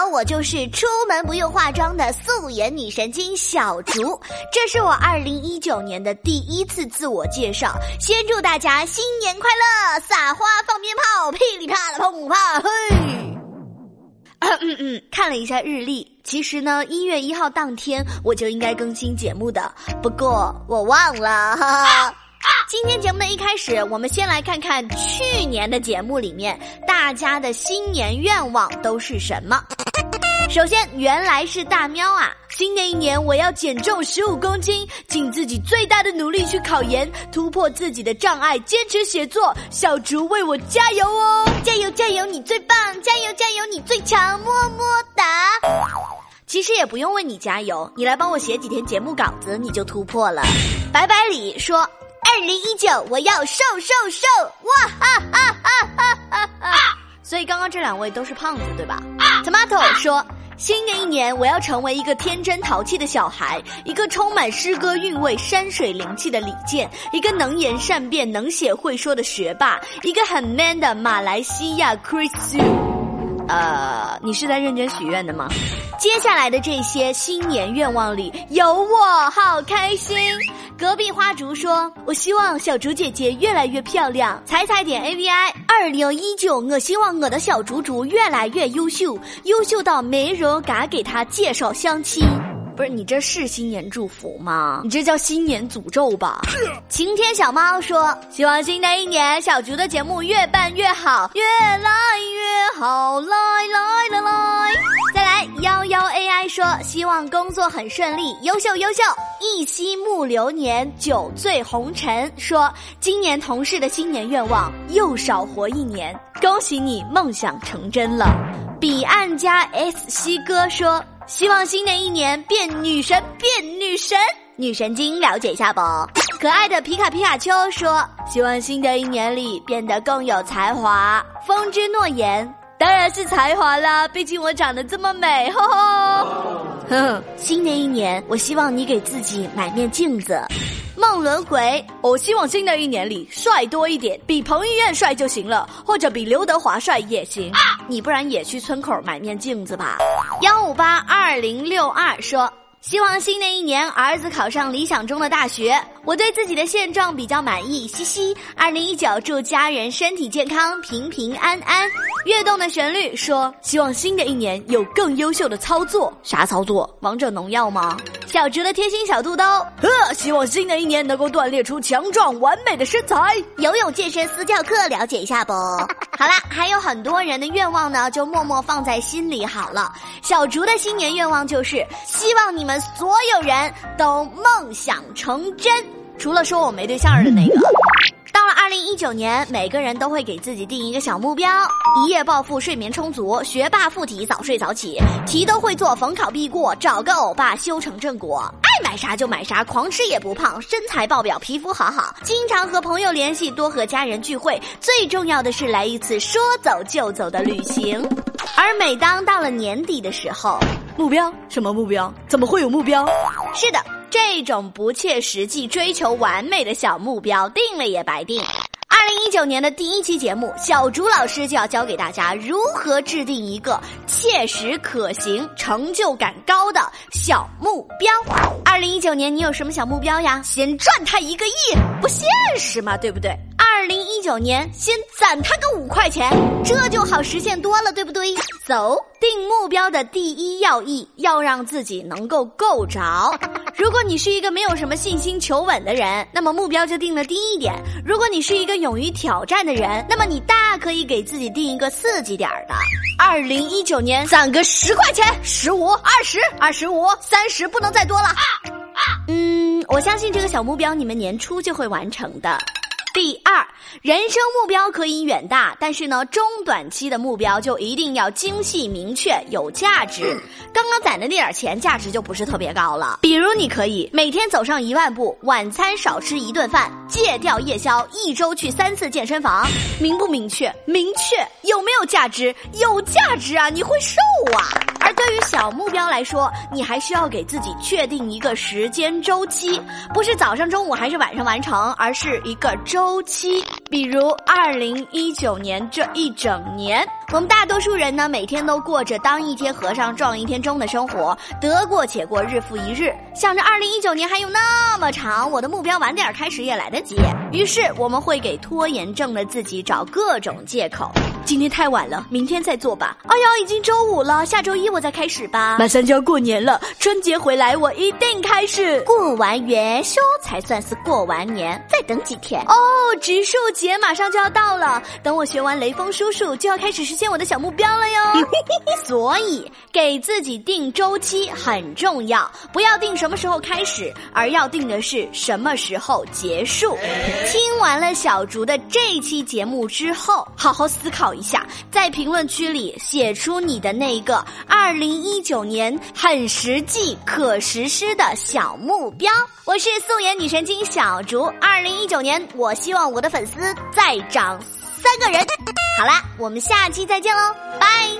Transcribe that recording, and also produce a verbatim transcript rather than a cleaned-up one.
我就是出门不用化妆的素颜女神经小竹。这是我二零一九年的第一次自我介绍，先祝大家新年快乐，撒花放鞭炮，噼里啪啦砰啪，嘿。嗯嗯，看了一下日历，其实呢一月一号当天我就应该更新节目的，不过我忘了，哈哈。今天节目的一开始，我们先来看看去年的节目里面大家的新年愿望都是什么。首先，原来是大喵啊，新的一年我要减重十五公斤，尽自己最大的努力去考研，突破自己的障碍，坚持写作。小竹为我加油哦！加油加油，你最棒！加油加油，你最强！么么哒。其实也不用为你加油，你来帮我写几天节目稿子，你就突破了。白白里说，二零一九我要瘦瘦瘦！哇哈哈哈哈哈哈！所以刚刚这两位都是胖子对吧？ Tomato 说，新的一年我要成为一个天真淘气的小孩，一个充满诗歌韵味山水灵气的李健，一个能言善辩能写会说的学霸，一个很 man 的马来西亚 Chris Yu。 呃，你是在认真许愿的吗？接下来的这些新年愿望里有我，好开心。隔壁花竹说，我希望小竹姐姐越来越漂亮。彩彩点 A V I 二零一九，我希望我的小竹竹越来越优秀，优秀到没人敢给她介绍相亲。不是，你这是新年祝福吗？你这叫新年诅咒吧。晴天小猫说，希望新的一年小竹的节目越办越好，越来越好，来来来来。再来幺幺 A I 说，希望工作很顺利，优秀优秀。一夕暮流年，酒醉红尘说，今年同事的新年愿望又少活一年，恭喜你梦想成真了。彼岸家 S 西哥说，希望新的一年变女神变女神，女神经了解一下吧。可爱的皮卡皮卡丘说，希望新的一年里变得更有才华。风之诺言，当然是才华啦，毕竟我长得这么美，吼吼。哼，新的一年我希望你给自己买面镜子。梦轮回，我希望新的一年里帅多一点，比彭于晏帅就行了，或者比刘德华帅也行。啊、你不然也去村口买面镜子吧。幺五八二零六二说，希望新的一年儿子考上理想中的大学，我对自己的现状比较满意，嘻嘻。二零一九祝家人身体健康，平平安安。跃动的旋律说，希望新的一年有更优秀的操作。啥操作？王者农药吗？小竹的贴心小肚兜，呵，希望新的一年能够锻炼出强壮完美的身材。游泳健身私教课了解一下不？好啦，还有很多人的愿望呢，就默默放在心里好了。小竹的新年愿望就是希望你们所有人都梦想成真，除了说我没对象的那个。到了二零一九年，每个人都会给自己定一个小目标：一夜暴富，睡眠充足，学霸附体，早睡早起，题都会做，逢考必过，找个欧巴修成正果，爱买啥就买啥，狂吃也不胖，身材爆表，皮肤好好，经常和朋友联系，多和家人聚会，最重要的是来一次说走就走的旅行。而每当到了年底的时候，目标？什么目标？怎么会有目标？是的，这种不切实际追求完美的小目标定了也白定。二零一九年的第一期节目，小竹老师就要教给大家如何制定一个切实可行、成就感高的小目标。二零一九年你有什么小目标呀？先赚他一个亿，不现实嘛，对不对？二零一九年先攒他个五块钱，这就好实现多了，对不对？走，定目标的第一要义，要让自己能够够着。如果你是一个没有什么信心求稳的人，那么目标就定了低一点；如果你是一个勇于挑战的人，那么你大可以给自己定一个刺激点的。二零一九年攒个十块钱，十五、二十、二十五、三十，不能再多了。嗯，我相信这个小目标你们年初就会完成的。第二，人生目标可以远大，但是呢，中短期的目标就一定要精细明确，有价值。刚刚攒的那点钱，价值就不是特别高了。比如，你可以每天走上一万步，晚餐少吃一顿饭，戒掉夜宵，一周去三次健身房。明不明确？明确。有没有价值？有价值啊！你会瘦啊！而对于小目标来说，你还需要给自己确定一个时间周期，不是早上、中午还是晚上完成，而是一个周期。 比如二零一九年这一整年，我们大多数人呢，每天都过着当一天和尚撞一天钟的生活，得过且过，日复一日。想着二零一九年还有那么长，我的目标晚点开始也来得及。于是我们会给拖延症的自己找各种借口。今天太晚了，明天再做吧。哎呀，已经周五了，下周一我再开始吧。马上就要过年了，春节回来我一定开始。过完元宵才算是过完年，再等几天。哦，植树节马上就要到了，等我学完雷锋叔叔，就要开始实现我的小目标了哟。所以给自己定周期很重要，不要定什么时候开始，而要定的是什么时候结束。听完了小竹的这一期节目之后，好好思考一下，在评论区里写出你的那个二零一九年很实际可实施的小目标。我是素颜女神经小竹，二零一九年我希望我的粉丝再涨三个人。好啦，我们下期再见喽，拜。